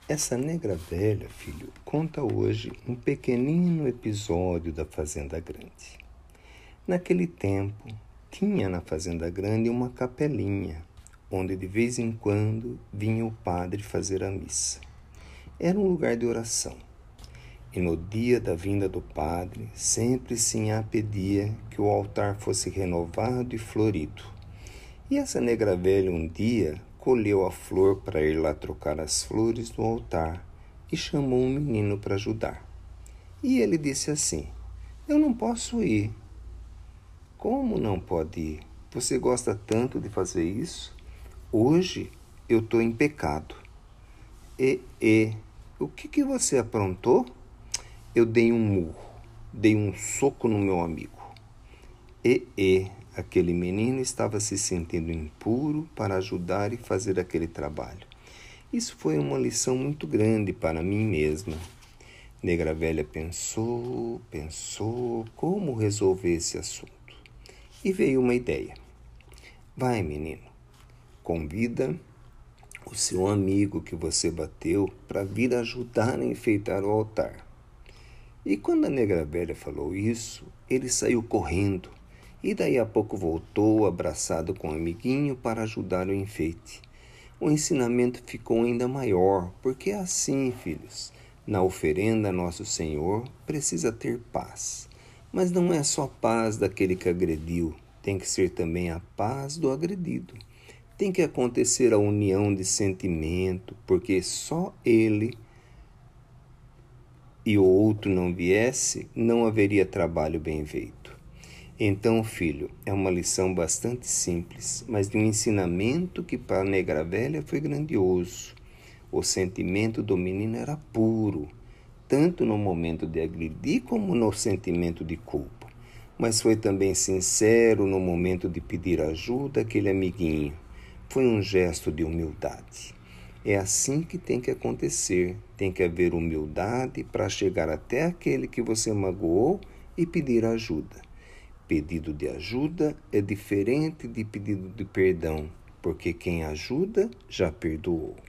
Essa negra velha, filho, conta hoje um pequenino episódio da Fazenda Grande. Naquele tempo, tinha na Fazenda Grande uma capelinha, onde de vez em quando vinha o padre fazer a missa. Era um lugar de oração. E no dia da vinda do padre, sempre Sinhá pedia que o altar fosse renovado e florido. E essa negra velha um dia colheu a flor para ir lá trocar as flores do altar e chamou um menino para ajudar. E ele disse assim: "Eu não posso ir." "Como não pode ir? Você gosta tanto de fazer isso? Hoje eu estou em pecado." O que você aprontou?" "Eu dei um murro, dei um soco no meu amigo." Aquele menino estava se sentindo impuro para ajudar e fazer aquele trabalho. Isso foi uma lição muito grande para mim mesma. Negra Velha pensou como resolver esse assunto. E veio uma ideia. "Vai, menino, convida o seu amigo que você bateu para vir ajudar a enfeitar o altar." E quando a Negra Velha falou isso, ele saiu correndo. E daí a pouco voltou, abraçado com o amiguinho, para ajudar o enfeite. O ensinamento ficou ainda maior, porque é assim, filhos. Na oferenda a Nosso Senhor precisa ter paz. Mas não é só paz daquele que agrediu, tem que ser também a paz do agredido. Tem que acontecer a união de sentimento, porque só ele e o outro não viesse, não haveria trabalho bem feito. Então, filho, é uma lição bastante simples, mas de um ensinamento que para a Negra Velha foi grandioso. O sentimento do menino era puro, tanto no momento de agredir como no sentimento de culpa. Mas foi também sincero no momento de pedir ajuda àquele amiguinho. Foi um gesto de humildade. É assim que tem que acontecer. Tem que haver humildade para chegar até aquele que você magoou e pedir ajuda. Pedido de ajuda é diferente de pedido de perdão, porque quem ajuda já perdoou.